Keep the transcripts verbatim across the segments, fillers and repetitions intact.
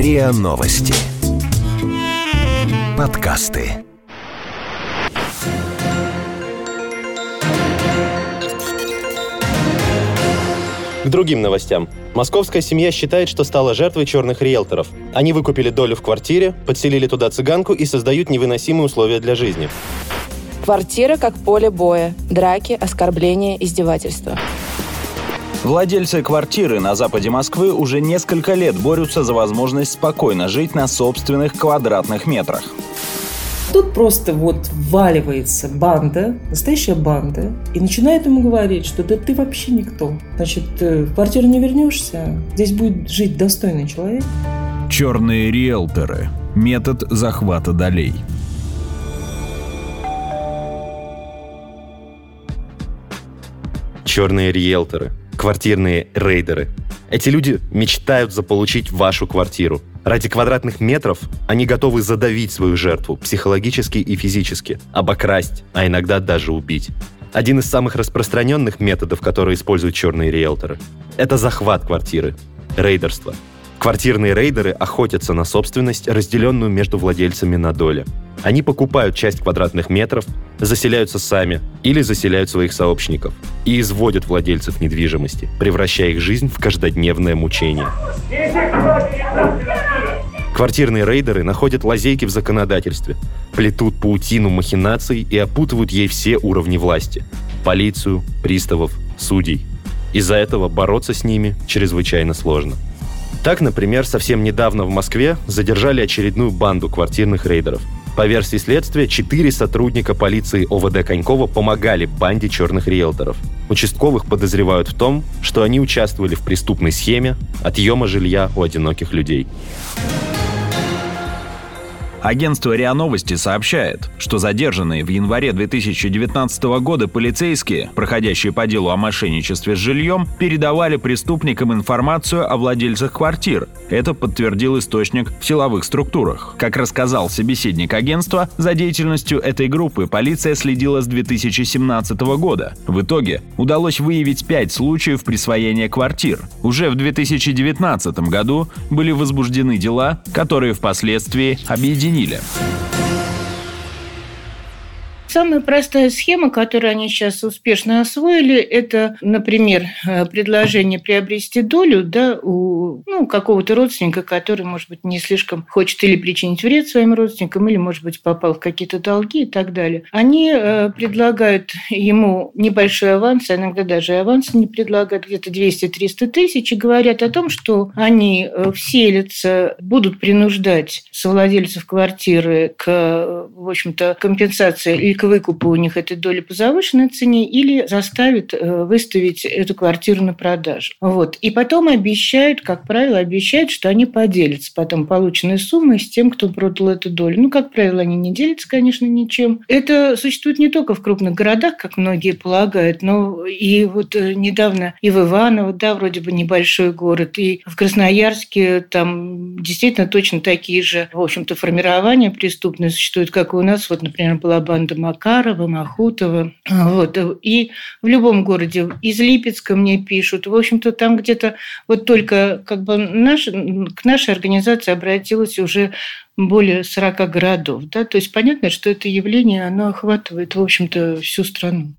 РИА Новости. Подкасты. К другим новостям. Московская семья считает, что стала жертвой черных риэлторов. Они выкупили долю в квартире, подселили туда цыганку и создают невыносимые условия для жизни. Квартира как поле боя. Драки, оскорбления, издевательства. Владельцы квартиры на западе Москвы уже несколько лет борются за возможность спокойно жить на собственных квадратных метрах. Тут просто вот вваливается банда, настоящая банда, и начинает ему говорить, что да ты вообще никто. Значит, в квартиру не вернешься, здесь будет жить достойный человек. Черные риэлторы. Метод захвата долей. Черные риэлторы. Квартирные рейдеры. Эти люди мечтают заполучить вашу квартиру. Ради квадратных метров они готовы задавить свою жертву психологически и физически, обокрасть, а иногда даже убить. Один из самых распространенных методов, которые используют черные риэлторы, это захват квартиры, рейдерство. Квартирные рейдеры охотятся на собственность, разделенную между владельцами на доли. Они покупают часть квадратных метров, заселяются сами или заселяют своих сообщников и изводят владельцев недвижимости, превращая их жизнь в каждодневное мучение. Квартирные рейдеры находят лазейки в законодательстве, плетут паутину махинаций и опутывают ей все уровни власти – полицию, приставов, судей. Из-за этого бороться с ними чрезвычайно сложно. Так, например, совсем недавно в Москве задержали очередную банду квартирных рейдеров. По версии следствия, четыре сотрудника полиции ОВД Конькова помогали банде черных риэлторов. Участковых подозревают в том, что они участвовали в преступной схеме отъема жилья у одиноких людей. Агентство РИА Новости сообщает, что задержанные в январе две тысячи девятнадцатого года полицейские, проходящие по делу о мошенничестве с жильем, передавали преступникам информацию о владельцах квартир. Это подтвердил источник в силовых структурах. Как рассказал собеседник агентства, за деятельностью этой группы полиция следила с две тысячи семнадцатого года. В итоге удалось выявить пять случаев присвоения квартир. Уже в две тысячи девятнадцатом году были возбуждены дела, которые впоследствии объединили. Самая простая схема, которую они сейчас успешно освоили, это, например, предложение приобрести долю да, у ну, какого-то родственника, который, может быть, не слишком хочет или причинить вред своим родственникам, или, может быть, попал в какие-то долги и так далее. Они э, предлагают ему небольшой аванс, а иногда даже и аванс не предлагают, где-то двести-триста тысяч, и говорят о том, что они вселятся, будут принуждать совладельцев квартиры к, в общем-то, компенсации или к выкупу у них этой доли по завышенной цене, или заставит выставить эту квартиру на продажу. Вот. И потом обещают, как правило, обещают, что они поделятся потом полученной суммой с тем, кто продал эту долю. Ну, как правило, они не делятся, конечно, ничем. Это существует не только в крупных городах, как многие полагают, но и вот недавно и в Иваново, да, вроде бы небольшой город, и в Красноярске там действительно точно такие же, в общем-то, формирования преступные существуют, как и у нас. Вот, например, была банда Макарова, Махутова. Вот. И в любом городе. Из Липецка мне пишут. В общем-то, там где-то вот только как бы наш, к нашей организации обратилось уже более сорока городов. Да? То есть понятно, что это явление, оно охватывает, в общем-то, всю страну.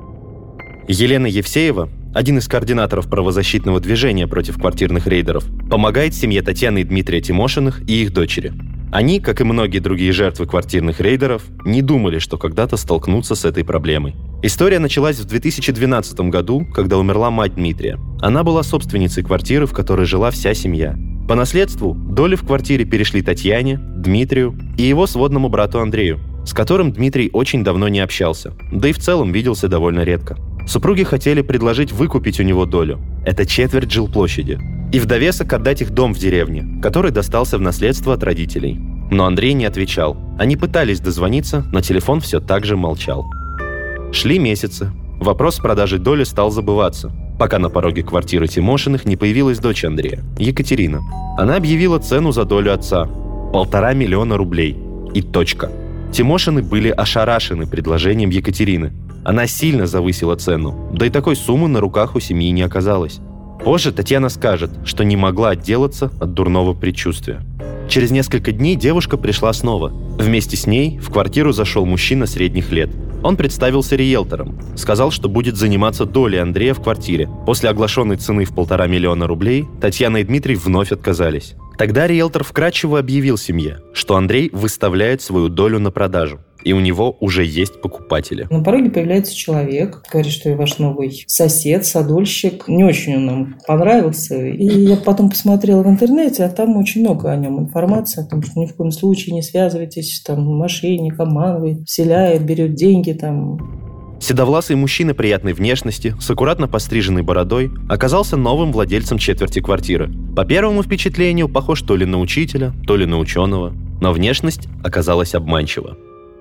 Елена Евсеева, один из координаторов правозащитного движения против квартирных рейдеров, помогает семье Татьяны и Дмитрия Тимошиных и их дочери. Они, как и многие другие жертвы квартирных рейдеров, не думали, что когда-то столкнутся с этой проблемой. История началась в две тысячи двенадцатом году, когда умерла мать Дмитрия. Она была собственницей квартиры, в которой жила вся семья. По наследству доли в квартире перешли Татьяне, Дмитрию и его сводному брату Андрею, с которым Дмитрий очень давно не общался, да и в целом виделся довольно редко. Супруги хотели предложить выкупить у него долю. Это четверть жилплощади. И в довесок отдать их дом в деревне, который достался в наследство от родителей. Но Андрей не отвечал. Они пытались дозвониться, но телефон все так же молчал. Шли месяцы. Вопрос с продажей доли стал забываться, пока на пороге квартиры Тимошиных не появилась дочь Андрея, Екатерина. Она объявила цену за долю отца – полтора миллиона рублей. И точка. Тимошины были ошарашены предложением Екатерины. Она сильно завысила цену, да и такой суммы на руках у семьи не оказалось. Позже Татьяна скажет, что не могла отделаться от дурного предчувствия. Через несколько дней девушка пришла снова. Вместе с ней в квартиру зашел мужчина средних лет. Он представился риэлтором, сказал, что будет заниматься долей Андрея в квартире. После оглашенной цены в полтора миллиона рублей Татьяна и Дмитрий вновь отказались. Тогда риэлтор вкратчиво объявил семье, что Андрей выставляет свою долю на продажу, и у него уже есть покупатели. На пороге появляется человек, говорит, что я ваш новый сосед, садольщик. Не очень он нам понравился. И я потом посмотрела в интернете, а там очень много о нем информации, о том, что ни в коем случае не связывайтесь, там, мошенник, обманывает, вселяет, берет деньги, там... Седовласый мужчина приятной внешности, с аккуратно постриженной бородой, оказался новым владельцем четверти квартиры. По первому впечатлению похож то ли на учителя, то ли на ученого, но внешность оказалась обманчива.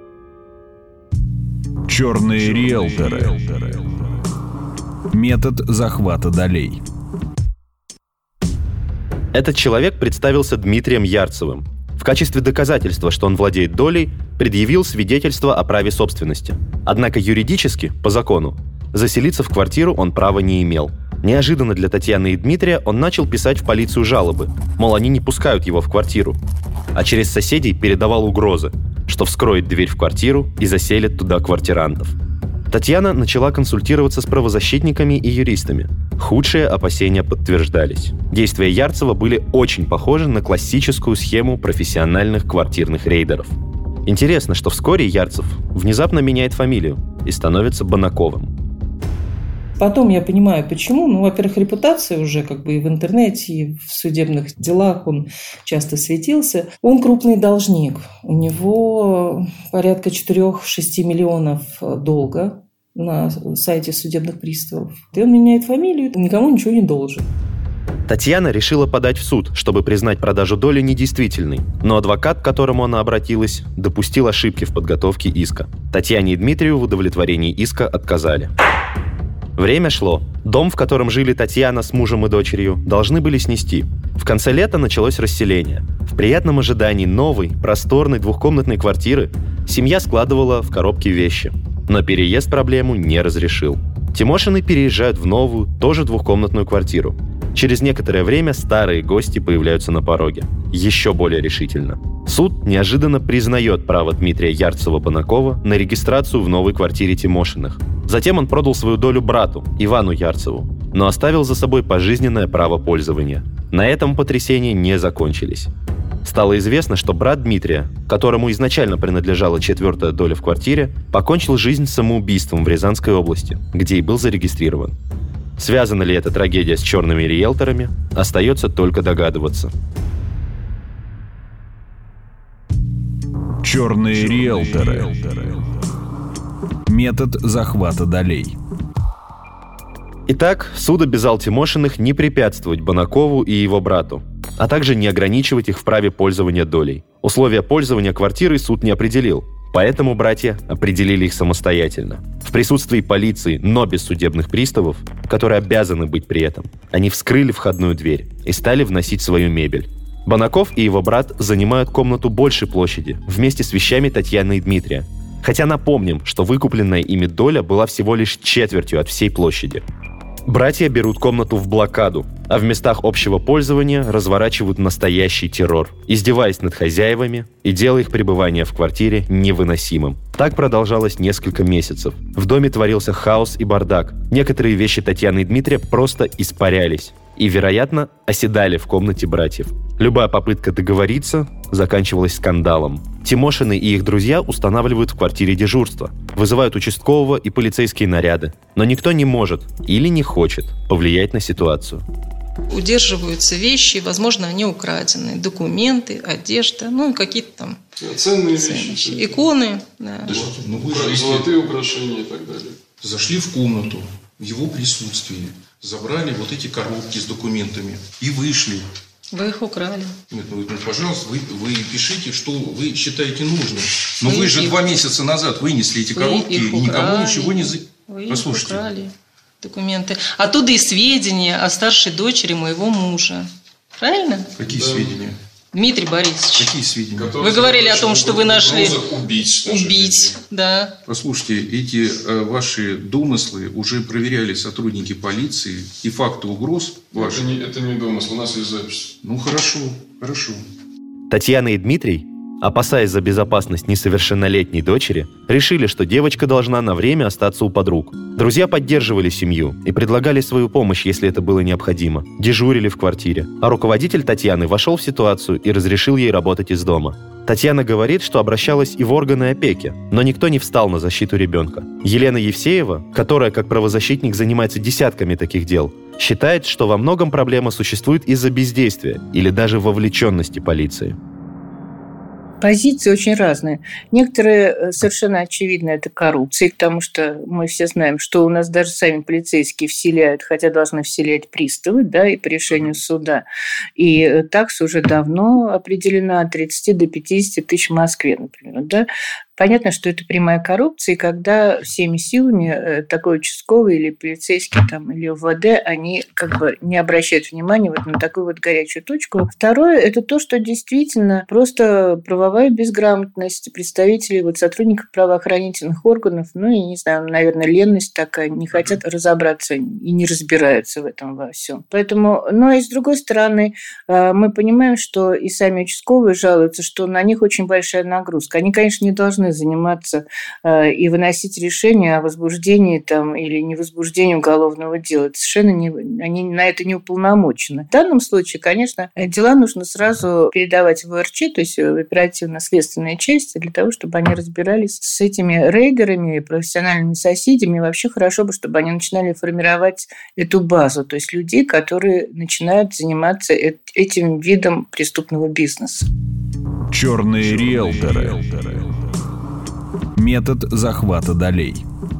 Черные риэлторы. Метод захвата долей. Этот человек представился Дмитрием Ярцевым. В качестве доказательства, что он владеет долей, предъявил свидетельство о праве собственности. Однако юридически, по закону, заселиться в квартиру он права не имел. Неожиданно для Татьяны и Дмитрия он начал писать в полицию жалобы, мол, они не пускают его в квартиру. А через соседей передавал угрозы, что вскроет дверь в квартиру и заселит туда квартирантов. Татьяна начала консультироваться с правозащитниками и юристами. Худшие опасения подтверждались. Действия Ярцева были очень похожи на классическую схему профессиональных квартирных рейдеров. Интересно, что вскоре Ярцев внезапно меняет фамилию и становится Банаковым. Потом я понимаю, почему. Ну, во-первых, репутация уже как бы и в интернете, и в судебных делах он часто светился. Он крупный должник. У него порядка четыре-шесть миллионов долга на сайте судебных приставов. И он меняет фамилию, никому ничего не должен. Татьяна решила подать в суд, чтобы признать продажу доли недействительной, но адвокат, к которому она обратилась, допустил ошибки в подготовке иска. Татьяне и Дмитрию в удовлетворении иска отказали. Время шло. Дом, в котором жили Татьяна с мужем и дочерью, должны были снести. В конце лета началось расселение. В приятном ожидании новой, просторной двухкомнатной квартиры семья складывала в коробки вещи. Но переезд проблему не разрешил. Тимошины переезжают в новую, тоже двухкомнатную квартиру. Через некоторое время старые гости появляются на пороге. Еще более решительно. Суд неожиданно признает право Дмитрия Ярцева-Банакова на регистрацию в новой квартире Тимошиных. Затем он продал свою долю брату, Ивану Ярцеву, но оставил за собой пожизненное право пользования. На этом потрясения не закончились. Стало известно, что брат Дмитрия, которому изначально принадлежала четвертая доля в квартире, покончил жизнь самоубийством в Рязанской области, где и был зарегистрирован. Связана ли эта трагедия с черными риэлторами, остается только догадываться. Черные риэлторы. Метод захвата долей. Итак, суд обязал Тимошиных не препятствовать Банакову и его брату, а также не ограничивать их в праве пользования долей. Условия пользования квартирой суд не определил, поэтому братья определили их самостоятельно. В присутствии полиции, но без судебных приставов, которые обязаны быть при этом, они вскрыли входную дверь и стали вносить свою мебель. Банаков и его брат занимают комнату большей площади вместе с вещами Татьяны и Дмитрия. Хотя напомним, что выкупленная ими доля была всего лишь четвертью от всей площади. Братья берут комнату в блокаду, а в местах общего пользования разворачивают настоящий террор, издеваясь над хозяевами и делая их пребывание в квартире невыносимым. Так продолжалось несколько месяцев. В доме творился хаос и бардак. Некоторые вещи Татьяны и Дмитрия просто испарялись и, вероятно, оседали в комнате братьев. Любая попытка договориться заканчивалась скандалом. Тимошины и их друзья устанавливают в квартире дежурство, вызывают участкового и полицейские наряды, но никто не может или не хочет повлиять на ситуацию. Удерживаются вещи, возможно, они украдены, документы, одежда, ну и какие-то там ценные вещи, вещи, иконы. Да. Да, ну, вы же золотые украшения и так далее. Зашли в комнату в его присутствии, забрали вот эти коробки с документами и вышли. Вы их украли. Нет, ну, пожалуйста, вы, вы пишите, что вы считаете нужным. Но вы, вы же их, два месяца назад вынесли эти коробки и никому ничего не... За... Вы Послушайте. их украли, документы. Оттуда и сведения о старшей дочери моего мужа. Правильно? Какие да. сведения? Дмитрий Борисович. Какие сведения? Вы говорили о том, что вы нашли... Убить. Убить, да. Послушайте, эти э, ваши домыслы уже проверяли сотрудники полиции, и факты угроз ваши... Это не, это не домысл, у нас есть запись. Ну, хорошо, хорошо. Татьяна и Дмитрий, опасаясь за безопасность несовершеннолетней дочери, решили, что девочка должна на время остаться у подруг. Друзья поддерживали семью и предлагали свою помощь, если это было необходимо. Дежурили в квартире. А руководитель Татьяны вошел в ситуацию и разрешил ей работать из дома. Татьяна говорит, что обращалась и в органы опеки, но никто не встал на защиту ребенка. Елена Евсеева, которая как правозащитник занимается десятками таких дел, считает, что во многом проблема существует из-за бездействия или даже вовлеченности полиции. Позиции очень разные. Некоторые совершенно очевидно это коррупция, потому что мы все знаем, что у нас даже сами полицейские вселяют, хотя должны вселять приставы, да, и по решению суда. И такса уже давно определена от тридцати до пятидесяти тысяч в Москве, например, да. Понятно, что это прямая коррупция, и когда всеми силами такой участковый или полицейский там, или ОВД, они как бы не обращают внимания вот на такую вот горячую точку. Второе – это то, что действительно просто правовая безграмотность представителей, вот сотрудников правоохранительных органов, ну, и, не знаю, наверное, ленность такая, не хотят разобраться и не разбираются в этом во всем. Поэтому, но и с другой стороны, мы понимаем, что и сами участковые жалуются, что на них очень большая нагрузка. Они, конечно, не должны заниматься э, и выносить решение о возбуждении там, или невозбуждении уголовного дела. Это совершенно не, они на это не уполномочены. В данном случае, конечно, дела нужно сразу передавать в ОРЧ, то есть в оперативно-следственные части, для того, чтобы они разбирались с этими рейдерами, профессиональными соседями. И вообще хорошо бы, чтобы они начинали формировать эту базу, то есть людей, которые начинают заниматься этим видом преступного бизнеса. Черные риэлторы. Метод захвата долей.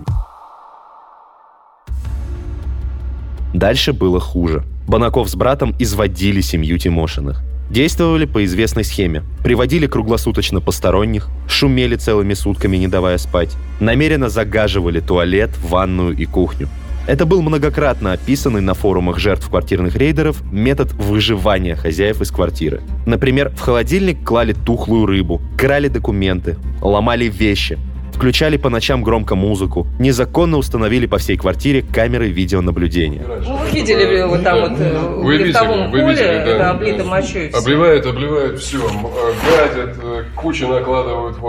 Дальше было хуже. Банаков с братом изводили семью Тимошиных. Действовали по известной схеме. Приводили круглосуточно посторонних, шумели целыми сутками, не давая спать. Намеренно загаживали туалет, ванную и кухню. Это был многократно описанный на форумах жертв квартирных рейдеров метод выживания хозяев из квартиры. Например, в холодильник клали тухлую рыбу, крали документы, ломали вещи, включали по ночам громко музыку, незаконно установили по всей квартире камеры видеонаблюдения. Вы видели вот там вот в лифтовом поле, это облито мочой. Обливают, обливают все, гадят, кучу накладывают в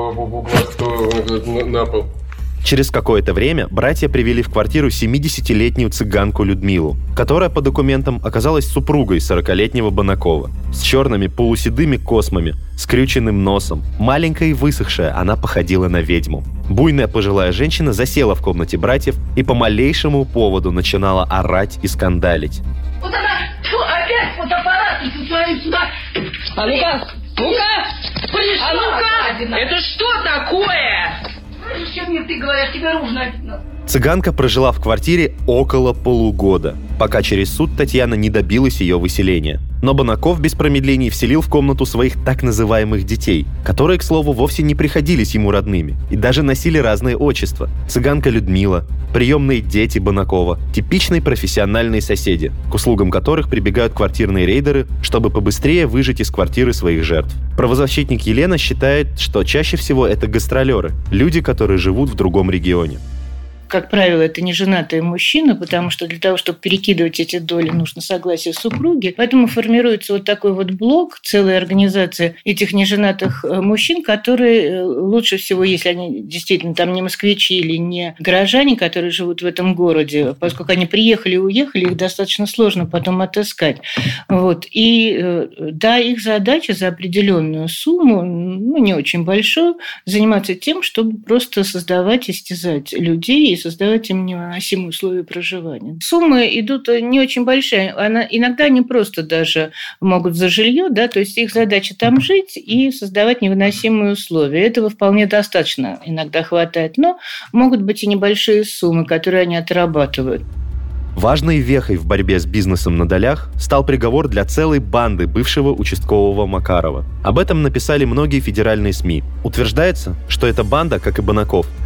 углах на пол. Через какое-то время братья привели в квартиру семидесятилетнюю цыганку Людмилу, которая по документам оказалась супругой сорокалетнего Банакова. С черными полуседыми космами, скрюченным носом. Маленькая и высохшая, она походила на ведьму. Буйная пожилая женщина засела в комнате братьев и по малейшему поводу начинала орать и скандалить. Вот она, фу, опять фотоаппарат своим сюда. А ну-ка, ну-ка, а ну-ка, это что такое? Зачем мне ты говоришь, тебе нужно? Цыганка прожила в квартире около полугода, пока через суд Татьяна не добилась ее выселения. Но Банаков без промедлений вселил в комнату своих так называемых детей, которые, к слову, вовсе не приходились ему родными и даже носили разные отчества. Цыганка Людмила, приемные дети Банакова, типичные профессиональные соседи, к услугам которых прибегают квартирные рейдеры, чтобы побыстрее выжить из квартиры своих жертв. Правозащитник Елена считает, что чаще всего это гастролеры, люди, которые живут в другом регионе. Как правило, это не женатый мужчина, потому что для того, чтобы перекидывать эти доли, нужно согласие супруги. Поэтому формируется вот такой вот блок, целая организация этих неженатых мужчин, которые лучше всего, если они действительно там не москвичи или не горожане, которые живут в этом городе, поскольку они приехали и уехали, их достаточно сложно потом отыскать. Вот. И да, их задача за определенную сумму, ну, не очень большую, заниматься тем, чтобы просто создавать, истязать людей и создавать им невыносимые условия проживания. Суммы идут не очень большие. Она, иногда они просто даже могут за жилье, да, то есть их задача там жить и создавать невыносимые условия. Этого вполне достаточно, иногда хватает. Но могут быть и небольшие суммы, которые они отрабатывают. Важной вехой в борьбе с бизнесом на долях стал приговор для целой банды бывшего участкового Макарова. Об этом написали многие федеральные СМИ. Утверждается, что эта банда, как и Банаков,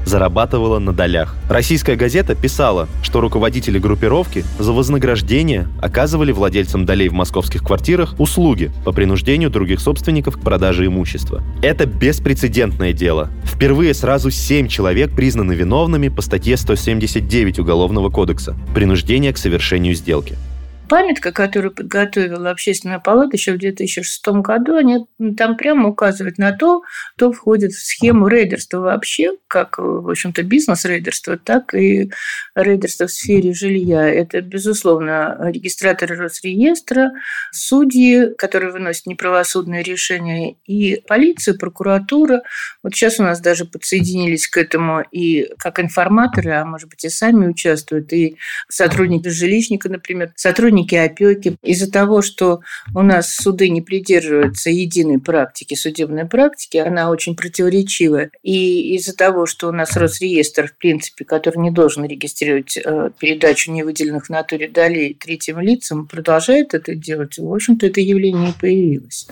зарабатывала на долях. Российская газета писала, что руководители группировки за вознаграждение оказывали владельцам долей в московских квартирах услуги по принуждению других собственников к продаже имущества. Это беспрецедентное дело. Впервые сразу семь человек признаны виновными по статье сто семьдесят девять Уголовного кодекса «Принуждение к совершению сделки». Памятка, которую подготовила Общественная палата еще в две тысячи шестом году, они там прямо указывают на то, кто входит в схему рейдерства вообще, как, в общем-то, бизнес-рейдерства, так и рейдерства в сфере жилья. Это, безусловно, регистраторы Росреестра, судьи, которые выносят неправосудные решения, и полиция, прокуратура. Вот сейчас у нас даже подсоединились к этому и как информаторы, а может быть и сами участвуют, и сотрудники жилищника, например, сотрудники опеки. Из-за того, что у нас суды не придерживаются единой практики, судебной практики, она очень противоречивая. И из-за того, что у нас Росреестр, в принципе, который не должен регистрировать э, передачу невыделенных в натуре долей третьим лицам, продолжает это делать, в общем-то, это явление и появилось.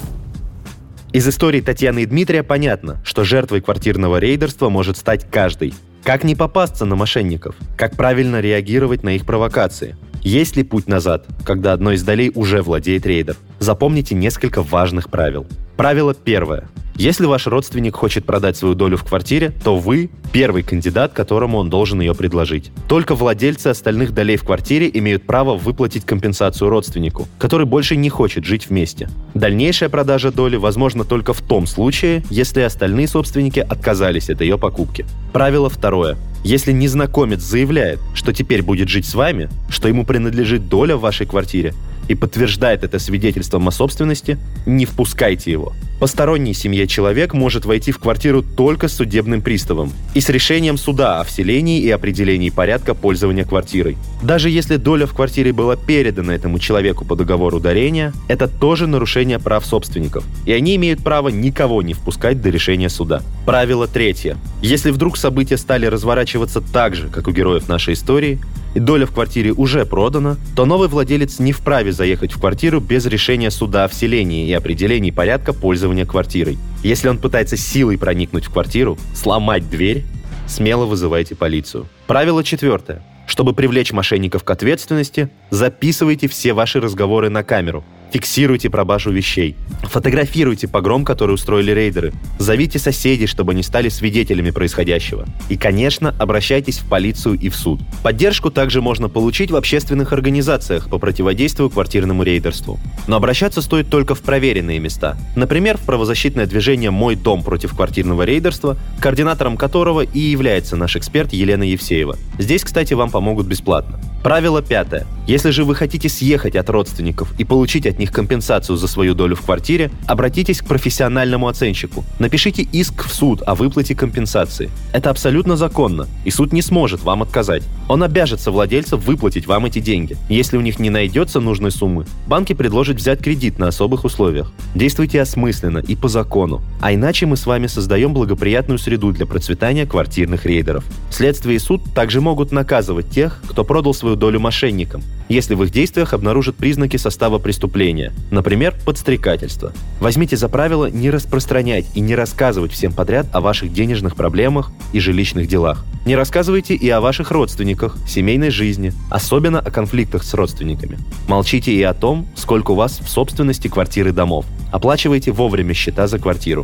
Из истории Татьяны и Дмитрия понятно, что жертвой квартирного рейдерства может стать каждый. Как не попасться на мошенников? Как правильно реагировать на их провокации? Есть ли путь назад, когда одной из долей уже владеет рейдер? Запомните несколько важных правил. Правило первое. Если ваш родственник хочет продать свою долю в квартире, то вы – первый кандидат, которому он должен ее предложить. Только владельцы остальных долей в квартире имеют право выплатить компенсацию родственнику, который больше не хочет жить вместе. Дальнейшая продажа доли возможна только в том случае, если остальные собственники отказались от ее покупки. Правило второе. Если незнакомец заявляет, что теперь будет жить с вами, что ему принадлежит доля в вашей квартире, и подтверждает это свидетельством о собственности, не впускайте его. Посторонний семье человек может войти в квартиру только с судебным приставом и с решением суда о вселении и определении порядка пользования квартирой. Даже если доля в квартире была передана этому человеку по договору дарения, это тоже нарушение прав собственников, и они имеют право никого не впускать до решения суда. Правило третье. Если вдруг события стали разворачиваться так же, как у героев нашей истории, и доля в квартире уже продана, то новый владелец не вправе заехать в квартиру без решения суда о вселении и определении порядка пользования квартирой. Если он пытается силой проникнуть в квартиру, сломать дверь, смело вызывайте полицию. Правило четвертое. Чтобы привлечь мошенников к ответственности, записывайте все ваши разговоры на камеру. Фиксируйте пропажу вещей. Фотографируйте погром, который устроили рейдеры. Зовите соседей, чтобы они стали свидетелями происходящего. И, конечно, обращайтесь в полицию и в суд. Поддержку также можно получить в общественных организациях по противодействию квартирному рейдерству. Но обращаться стоит только в проверенные места. Например, в правозащитное движение «Мой дом против квартирного рейдерства», координатором которого и является наш эксперт Елена Евсеева. Здесь, кстати, вам помогут бесплатно. Правило пятое. Если же вы хотите съехать от родственников и получить от них компенсацию за свою долю в квартире, обратитесь к профессиональному оценщику. Напишите иск в суд о выплате компенсации. Это абсолютно законно, и суд не сможет вам отказать. Он обяжет совладельцев выплатить вам эти деньги. Если у них не найдется нужной суммы, банки предложат взять кредит на особых условиях. Действуйте осмысленно и по закону, а иначе мы с вами создаем благоприятную среду для процветания квартирных рейдеров. Следствие и суд также могут наказывать тех, кто продал свою долю мошенникам, если в их действиях обнаружат признаки состава преступления, например, подстрекательство. Возьмите за правило не распространять и не рассказывать всем подряд о ваших денежных проблемах и жилищных делах. Не рассказывайте и о ваших родственниках, семейной жизни, особенно о конфликтах с родственниками. Молчите и о том, сколько у вас в собственности квартир и домов. Оплачивайте вовремя счета за квартиру.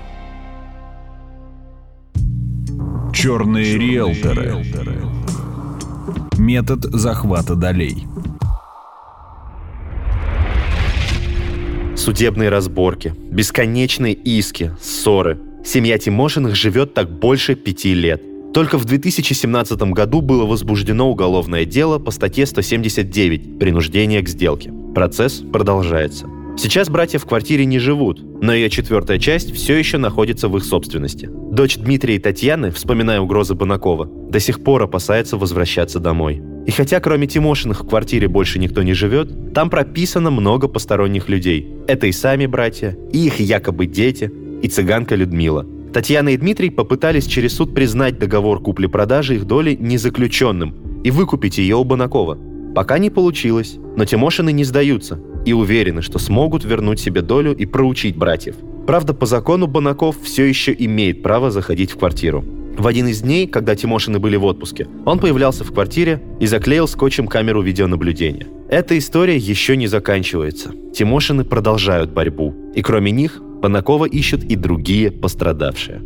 Черные риэлторы. Метод захвата долей. Судебные разборки, бесконечные иски, ссоры. Семья Тимошиных живет так больше пяти лет. Только в две тысячи семнадцатом году было возбуждено уголовное дело по статье сто семьдесят девять «Принуждение к сделке». Процесс продолжается. Сейчас братья в квартире не живут, но ее четвертая часть все еще находится в их собственности. Дочь Дмитрия и Татьяны, вспоминая угрозы Банакова, до сих пор опасается возвращаться домой. И хотя кроме Тимошиных в квартире больше никто не живет, там прописано много посторонних людей. Это и сами братья, и их якобы дети, и цыганка Людмила. Татьяна и Дмитрий попытались через суд признать договор купли-продажи их доли незаключенным и выкупить ее у Банакова. Пока не получилось, но Тимошины не сдаются и уверены, что смогут вернуть себе долю и проучить братьев. Правда, по закону Банаков все еще имеет право заходить в квартиру. В один из дней, когда Тимошины были в отпуске, он появлялся в квартире и заклеил скотчем камеру видеонаблюдения. Эта история еще не заканчивается. Тимошины продолжают борьбу. И кроме них, Панакова ищут и другие пострадавшие.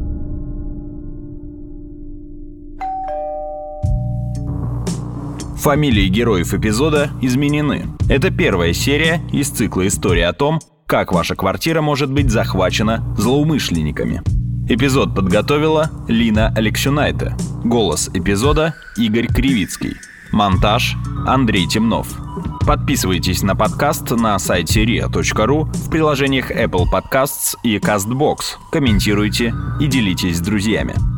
Фамилии героев эпизода изменены. Это первая серия из цикла истории о том, как ваша квартира может быть захвачена злоумышленниками. Эпизод подготовила Лина Алексюнайте. Голос эпизода – Игорь Кривицкий. Монтаж – Андрей Темнов. Подписывайтесь на подкаст на сайте риа точка ру, в приложениях Apple Podcasts и CastBox. Комментируйте и делитесь с друзьями.